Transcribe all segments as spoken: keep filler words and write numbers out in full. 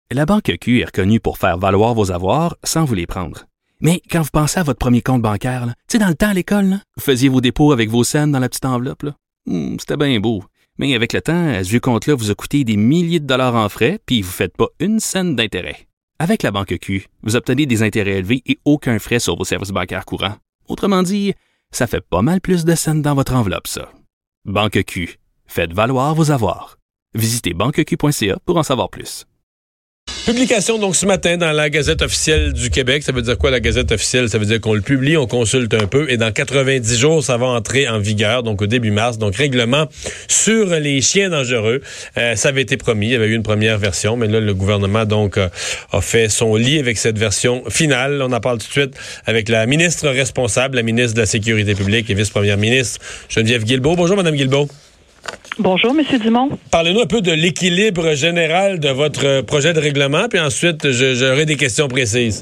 La Banque Q est reconnue pour faire valoir vos avoirs sans vous les prendre. Mais quand vous pensez à votre premier compte bancaire, tu sais, dans le temps à l'école, là, vous faisiez vos dépôts avec vos scènes dans la petite enveloppe. Là. Hum, c'était bien beau. Mais avec le temps, ce vieux compte-là vous a coûté des milliers de dollars en frais, puis vous ne faites pas une scène d'intérêt. Avec la Banque Q, vous obtenez des intérêts élevés et aucun frais sur vos services bancaires courants. Autrement dit, ça fait pas mal plus de scènes dans votre enveloppe, ça. Banque Q. Faites valoir vos avoirs. Visitez banque q point c a pour en savoir plus. Publication donc ce matin dans la Gazette officielle du Québec. Ça veut dire quoi la Gazette officielle? Ça veut dire qu'on le publie, on consulte un peu et dans quatre-vingt-dix jours, ça va entrer en vigueur, donc au début mars. Donc règlement sur les chiens dangereux. Euh, ça avait été promis, il y avait eu une première version, mais là le gouvernement donc euh, a fait son lit avec cette version finale. On en parle tout de suite avec la ministre responsable, la ministre de la Sécurité publique et vice-première ministre Geneviève Guilbeault. Bonjour Madame Guilbeault. Bonjour, M. Dumont. Parlez-nous un peu de l'équilibre général de votre projet de règlement, puis ensuite, je, j'aurai des questions précises.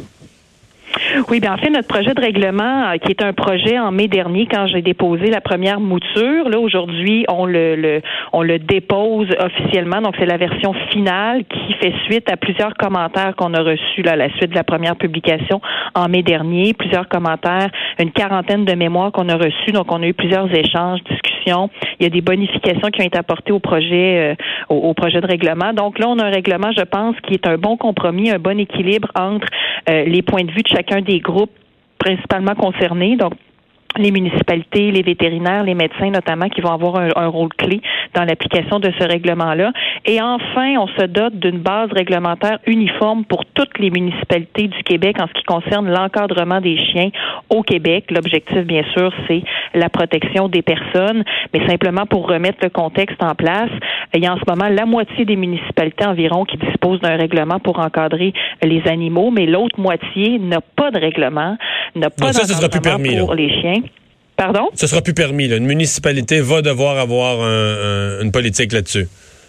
Oui, bien en fait, notre projet de règlement, euh, qui est un projet en mai dernier, quand j'ai déposé la première mouture, là, aujourd'hui, on le, le on le dépose officiellement. Donc, c'est la version finale qui fait suite à plusieurs commentaires qu'on a reçus là, à la suite de la première publication en mai dernier. Plusieurs commentaires, une quarantaine de mémoires qu'on a reçus. Donc, on a eu plusieurs échanges, discussions. Il y a des bonifications qui ont été apportées au projet, euh, au, au projet de règlement. Donc, là, on a un règlement, je pense, qui est un bon compromis, un bon équilibre entre euh, les points de vue de chacun des groupes principalement concernés, donc les municipalités, les vétérinaires, les médecins notamment, qui vont avoir un, un rôle clé dans l'application de ce règlement-là. Et enfin, on se dote d'une base réglementaire uniforme pour toutes les municipalités du Québec en ce qui concerne l'encadrement des chiens au Québec. L'objectif, bien sûr, c'est la protection des personnes, mais simplement pour remettre le contexte en place, il y a en ce moment la moitié des municipalités environ qui disposent d'un règlement pour encadrer les animaux, mais l'autre moitié n'a pas de règlement, n'a pas d'encadrement pour les chiens. Pardon? Ce sera plus permis. Là. Une municipalité va devoir avoir un, un, une politique là-dessus.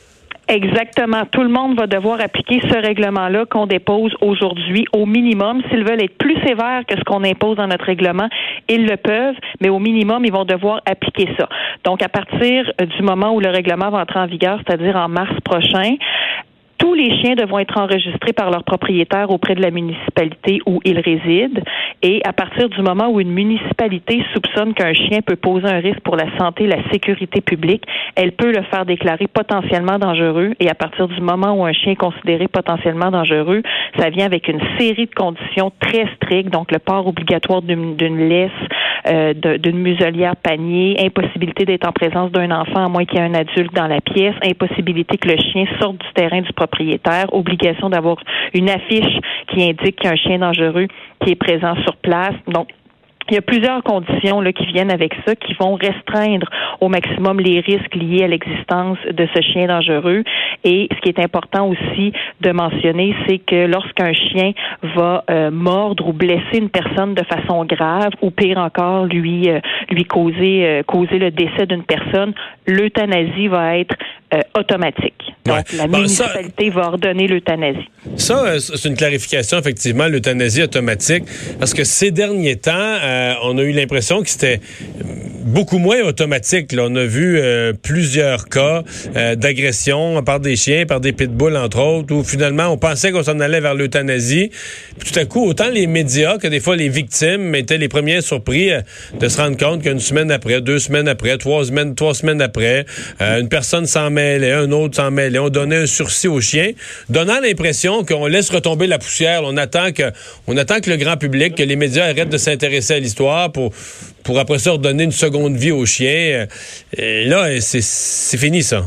Exactement. Tout le monde va devoir appliquer ce règlement-là qu'on dépose aujourd'hui au minimum. S'ils veulent être plus sévères que ce qu'on impose dans notre règlement, ils le peuvent, mais au minimum, ils vont devoir appliquer ça. Donc, à partir du moment où le règlement va entrer en vigueur, c'est-à-dire en mars prochain, tous les chiens devront être enregistrés par leur propriétaire auprès de la municipalité où ils résident. Et à partir du moment où une municipalité soupçonne qu'un chien peut poser un risque pour la santé et la sécurité publique, elle peut le faire déclarer potentiellement dangereux. Et à partir du moment où un chien est considéré potentiellement dangereux, ça vient avec une série de conditions très strictes. Donc, le port obligatoire d'une, d'une laisse, euh, de, d'une muselière panier, impossibilité d'être en présence d'un enfant à moins qu'il y ait un adulte dans la pièce, impossibilité que le chien sorte du terrain du propriétaire, obligation d'avoir une affiche qui indique qu'il y a un chien dangereux qui est présent sur place. Donc, il y a plusieurs conditions là, qui viennent avec ça, qui vont restreindre au maximum les risques liés à l'existence de ce chien dangereux. Et ce qui est important aussi de mentionner, c'est que lorsqu'un chien va euh, mordre ou blesser une personne de façon grave, ou pire encore, lui euh, lui causer euh, causer le décès d'une personne, l'euthanasie va être euh, automatique. Donc, ouais. la bon, municipalité ça, va ordonner l'euthanasie. Ça, c'est une clarification, effectivement, l'euthanasie automatique, parce que ces derniers temps, euh, on a eu l'impression que c'était beaucoup moins automatique. Là. On a vu euh, plusieurs cas euh, d'agression par des chiens, par des pitbulls, entre autres, où finalement, on pensait qu'on s'en allait vers l'euthanasie. Puis tout à coup, autant les médias que des fois les victimes étaient les premiers surpris euh, de se rendre compte qu'une semaine après, deux semaines après, trois semaines, trois semaines après, euh, une personne s'en mêlait, un autre s'en mêlait, on donnait un sursis au chien, donnant l'impression qu'on laisse retomber la poussière. On attend que, on attend que le grand public, que les médias arrêtent de s'intéresser à l'histoire pour, pour après ça redonner une seconde vie aux chiens. Et là, c'est, c'est fini, ça.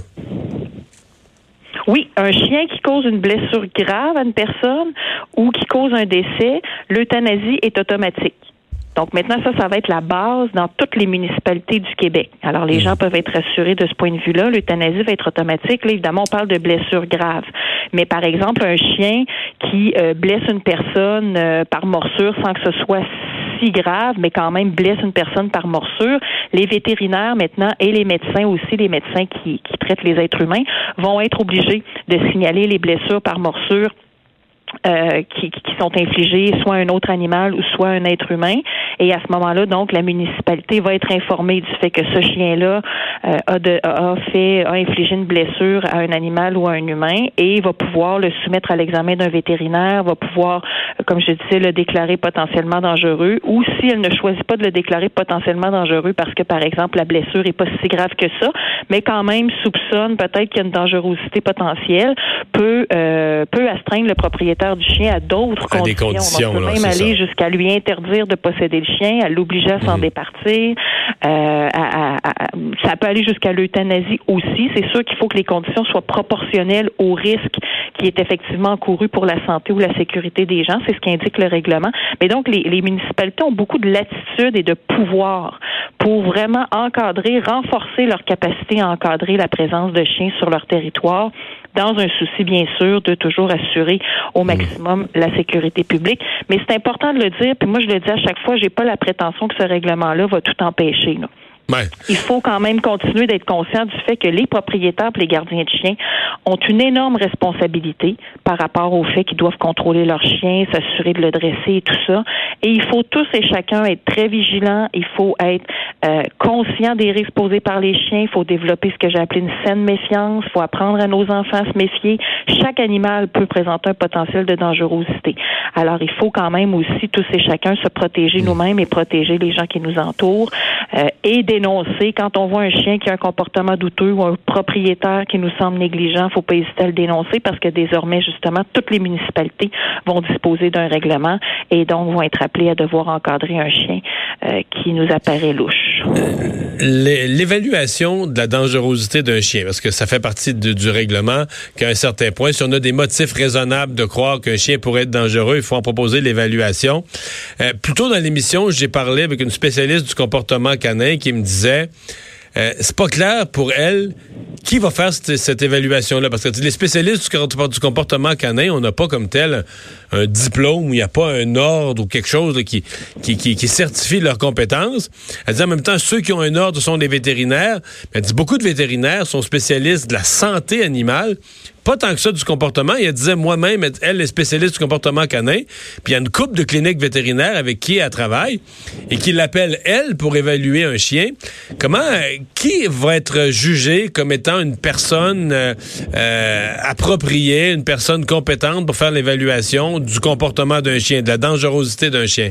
Oui, un chien qui cause une blessure grave à une personne ou qui cause un décès, l'euthanasie est automatique. Donc maintenant, ça, ça va être la base dans toutes les municipalités du Québec. Alors, les gens peuvent être rassurés de ce point de vue-là. L'euthanasie va être automatique. Là, évidemment, on parle de blessures graves. Mais par exemple, un chien qui euh, blesse une personne euh, par morsure sans que ce soit si grave, mais quand même blesse une personne par morsure, les vétérinaires maintenant et les médecins aussi, les médecins qui, qui traitent les êtres humains, vont être obligés de signaler les blessures par morsure Euh, qui, qui sont infligés soit à un autre animal ou soit à un être humain. Et à ce moment-là, donc, la municipalité va être informée du fait que ce chien-là euh, a, de, a fait, a infligé une blessure à un animal ou à un humain et va pouvoir le soumettre à l'examen d'un vétérinaire, va pouvoir, comme je disais, le déclarer potentiellement dangereux, ou si elle ne choisit pas de le déclarer potentiellement dangereux parce que, par exemple, la blessure n'est pas si grave que ça, mais quand même soupçonne peut-être qu'il y a une dangerosité potentielle, peut, euh, peut astreindre le propriétaire du chien à d'autres à conditions. Des conditions On peut là, même aller ça. jusqu'à lui interdire de posséder le chien, à l'obliger à s'en mmh. départir. Euh, à, à, à, ça peut aller jusqu'à l'euthanasie aussi. C'est sûr qu'il faut que les conditions soient proportionnelles au risque qui est effectivement encouru pour la santé ou la sécurité des gens. C'est ce qu'indique le règlement. Mais donc, les, les municipalités ont beaucoup de latitude et de pouvoir pour vraiment encadrer, renforcer leur capacité à encadrer la présence de chiens sur leur territoire, dans un souci, bien sûr, de toujours assurer au maximum la sécurité publique. Mais c'est important de le dire, puis moi, je le dis à chaque fois, j'ai pas la prétention que ce règlement-là va tout empêcher, là. Ouais. Il faut quand même continuer d'être conscient du fait que les propriétaires et les gardiens de chiens ont une énorme responsabilité par rapport au fait qu'ils doivent contrôler leur chien, s'assurer de le dresser et tout ça. Et il faut tous et chacun être très vigilants. Il faut être euh, conscient des risques posés par les chiens. Il faut développer ce que j'ai appelé une saine méfiance. Il faut apprendre à nos enfants à se méfier. Chaque animal peut présenter un potentiel de dangerosité. Alors, il faut quand même aussi tous et chacun se protéger nous-mêmes et protéger les gens qui nous entourent euh, et dénoncer quand on voit un chien qui a un comportement douteux ou un propriétaire qui nous semble négligent, il ne faut pas hésiter à le dénoncer parce que désormais, justement, toutes les municipalités vont disposer d'un règlement et donc vont être appelées à devoir encadrer un chien euh, qui nous apparaît louche. L'évaluation de la dangerosité d'un chien, parce que ça fait partie de, du règlement qu'à un certain point, si on a des motifs raisonnables de croire qu'un chien pourrait être dangereux, il faut en proposer l'évaluation. Euh, plus tôt dans l'émission, j'ai parlé avec une spécialiste du comportement canin qui me disait euh, c'est pas clair pour elle qui va faire cette, cette évaluation-là. Parce que les spécialistes du, du comportement canin, on n'a pas comme tel un diplôme où il n'y a pas un ordre ou quelque chose là, qui, qui, qui, qui certifie leurs compétences. Elle dit en même temps, ceux qui ont un ordre sont des vétérinaires. Elle dit beaucoup de vétérinaires sont spécialistes de la santé animale. Pas tant que ça du comportement. Elle disait moi-même, elle est spécialiste du comportement canin. Puis il y a une couple de cliniques vétérinaires avec qui elle travaille et qui l'appelle, elle, pour évaluer un chien. Comment, qui va être jugé comme étant une personne euh, euh, appropriée, une personne compétente pour faire l'évaluation du comportement d'un chien, de la dangerosité d'un chien?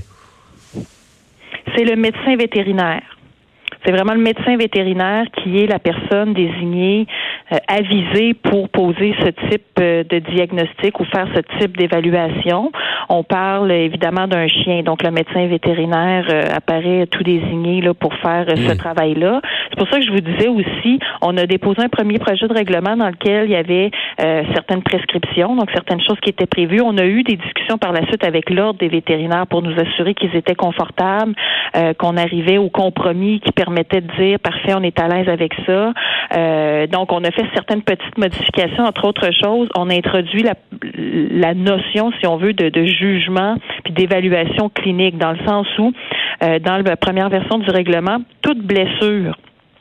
C'est le médecin vétérinaire. C'est vraiment le médecin vétérinaire qui est la personne désignée, euh, avisée pour poser ce type euh, de diagnostic ou faire ce type d'évaluation. On parle évidemment d'un chien, donc le médecin vétérinaire euh, apparaît tout désigné là pour faire euh, mmh. ce travail-là. C'est pour ça que je vous disais aussi, on a déposé un premier projet de règlement dans lequel il y avait euh, certaines prescriptions, donc certaines choses qui étaient prévues. On a eu des discussions par la suite avec l'Ordre des vétérinaires pour nous assurer qu'ils étaient confortables, euh, qu'on arrivait au compromis qui permettait de dire, parfait, on est à l'aise avec ça. Euh, donc, on a fait certaines petites modifications, entre autres choses. On a introduit la, la notion, si on veut, de, de jugement puis d'évaluation clinique, dans le sens où, euh, dans la première version du règlement, toute blessure,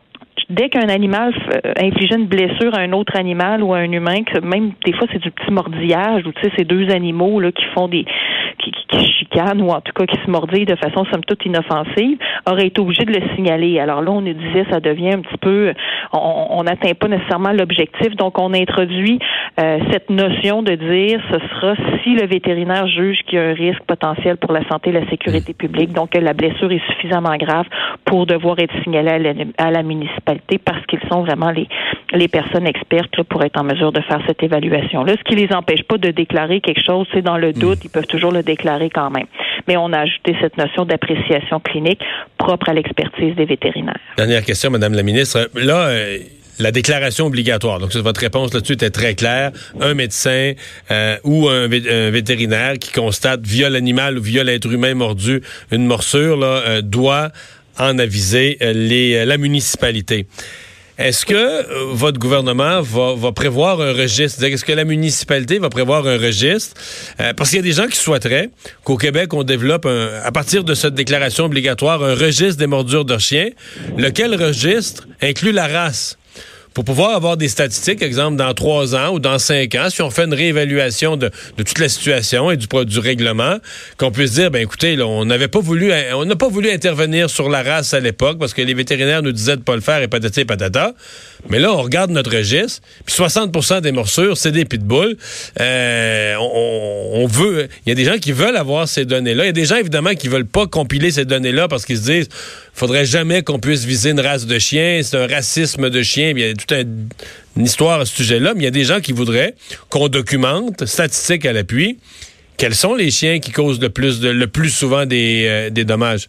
dès qu'un animal infligeait une blessure à un autre animal ou à un humain, que même des fois c'est du petit mordillage, ou tu sais, c'est deux animaux là qui font des qui, qui, qui chicanent ou en tout cas qui se mordillent de façon somme toute inoffensive, aurait été obligé de le signaler. Alors là, on nous disait ça devient un petit peu, on n'atteint pas nécessairement l'objectif, donc on introduit euh, cette notion de dire ce sera si le vétérinaire juge qu'il y a un risque potentiel pour la santé et la sécurité publique, donc que la blessure est suffisamment grave pour devoir être signalée à la, à la municipalité, parce qu'ils sont vraiment les, les personnes expertes là, pour être en mesure de faire cette évaluation-là. Ce qui les empêche pas de déclarer quelque chose, c'est dans le doute, mmh. ils peuvent toujours le déclarer quand même. Mais on a ajouté cette notion d'appréciation clinique propre à l'expertise des vétérinaires. Dernière question, Madame la ministre. Là, euh, la déclaration obligatoire, donc votre réponse là-dessus était très claire. Un médecin euh, ou un, vé- un vétérinaire qui constate via l'animal ou via l'être humain mordu une morsure là, euh, doit en aviser euh, les, euh, la municipalité. Est-ce que euh, votre gouvernement va, va prévoir un registre? C'est-à-dire, est-ce que la municipalité va prévoir un registre? Euh, parce qu'il y a des gens qui souhaiteraient qu'au Québec, on développe, un, à partir de cette déclaration obligatoire, un registre des mordures de chiens, lequel registre inclut la race, pour pouvoir avoir des statistiques, exemple, dans trois ans ou dans cinq ans, si on fait une réévaluation de, de toute la situation et du, du règlement, qu'on puisse dire, ben écoutez, là, on n'avait pas voulu, on n'a pas voulu intervenir sur la race à l'époque parce que les vétérinaires nous disaient de pas le faire et patati et patata. Mais là, on regarde notre registre, puis soixante pour cent des morsures, c'est des pitbulls. Euh, on, on veut, il y a des gens qui veulent avoir ces données-là. Il y a des gens, évidemment, qui veulent pas compiler ces données-là parce qu'ils se disent, faudrait jamais qu'on puisse viser une race de chien, c'est un racisme de chien. Il y a toute un, une histoire à ce sujet-là, mais il y a des gens qui voudraient qu'on documente, statistiques à l'appui, quels sont les chiens qui causent le plus, de, le plus souvent des, euh, des dommages.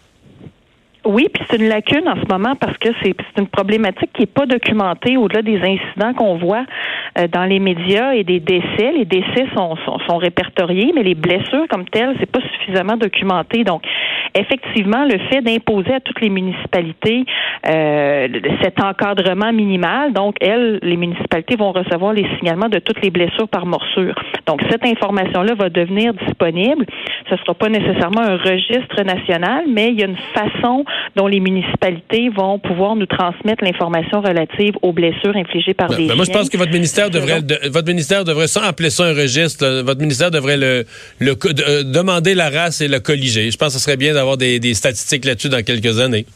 Oui, puis c'est une lacune en ce moment parce que c'est, c'est une problématique qui n'est pas documentée au-delà des incidents qu'on voit euh, dans les médias et des décès. Les décès sont, sont, sont répertoriés, mais les blessures comme telles, c'est pas suffisamment documenté. Donc, effectivement, le fait d'imposer à toutes les municipalités euh, cet encadrement minimal, donc elles, les municipalités vont recevoir les signalements de toutes les blessures par morsure. Donc, cette information-là va devenir disponible. Ce ne sera pas nécessairement un registre national, mais il y a une façon dont les municipalités vont pouvoir nous transmettre l'information relative aux blessures infligées par ben, des ben chiens. Moi, je pense que votre ministère devrait, de, votre ministère devrait, sans appeler ça un registre, là, votre ministère devrait le, le de, demander la race et le colliger. Je pense que ce serait bien d'avoir des, des statistiques là-dessus dans quelques années.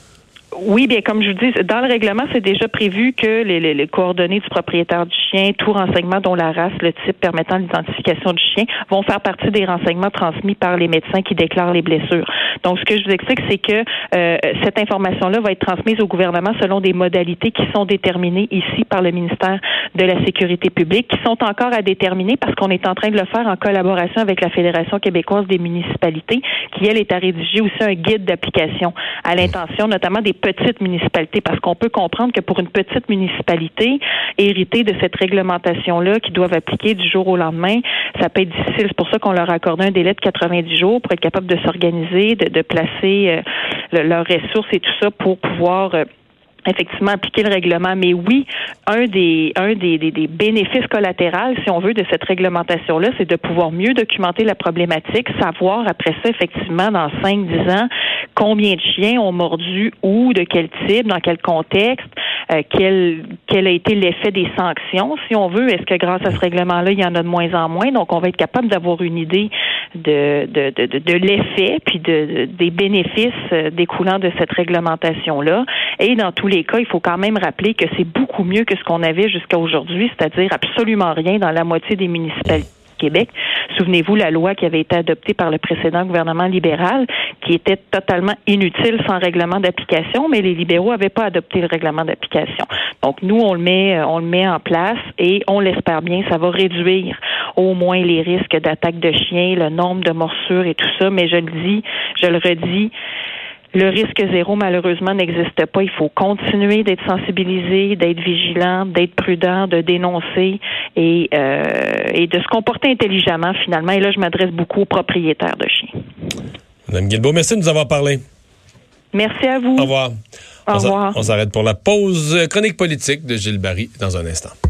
Oui, bien, comme je vous dis, dans le règlement, c'est déjà prévu que les, les, les coordonnées du propriétaire du chien, tout renseignement dont la race, le type permettant l'identification du chien, vont faire partie des renseignements transmis par les médecins qui déclarent les blessures. Donc, ce que je vous explique, c'est que euh, cette information-là va être transmise au gouvernement selon des modalités qui sont déterminées ici par le ministère de la Sécurité publique, qui sont encore à déterminer parce qu'on est en train de le faire en collaboration avec la Fédération québécoise des municipalités, qui, elle, est à rédiger aussi un guide d'application à l'intention notamment des petites municipalités, parce qu'on peut comprendre que pour une petite municipalité, hériter de cette réglementation-là qu'ils doivent appliquer du jour au lendemain, ça peut être difficile. C'est pour ça qu'on leur a accordé un délai de quatre-vingt-dix jours pour être capable de s'organiser, de, de placer euh, le, leurs ressources et tout ça pour pouvoir euh, effectivement appliquer le règlement. Mais oui, un des un des, des, des bénéfices collatéraux, si on veut, de cette réglementation-là, c'est de pouvoir mieux documenter la problématique, savoir après ça, effectivement, dans cinq dix ans, combien de chiens ont mordu où, de quel type, dans quel contexte, euh, quel quel a été l'effet des sanctions, si on veut. Est-ce que grâce à ce règlement-là, il y en a de moins en moins? Donc, on va être capable d'avoir une idée de de, de, de, de l'effet puis de, de des bénéfices découlant de cette réglementation-là. Et dans tous les cas, il faut quand même rappeler que c'est beaucoup mieux que ce qu'on avait jusqu'à aujourd'hui, c'est-à-dire absolument rien dans la moitié des municipalités du Québec. Souvenez-vous, la loi qui avait été adoptée par le précédent gouvernement libéral, qui était totalement inutile sans règlement d'application, mais les libéraux n'avaient pas adopté le règlement d'application. Donc, nous, on le met, on le met en place et on l'espère bien, ça va réduire au moins les risques d'attaque de chiens, le nombre de morsures et tout ça, mais je le dis, je le redis, le risque zéro, malheureusement, n'existe pas. Il faut continuer d'être sensibilisé, d'être vigilant, d'être prudent, de dénoncer et, euh, et de se comporter intelligemment, finalement. Et là, je m'adresse beaucoup aux propriétaires de chiens. Mme Guilbeault, merci de nous avoir parlé. Merci à vous. Au revoir. Au revoir. On s'arrête pour la pause chronique politique de Gilles Barry dans un instant.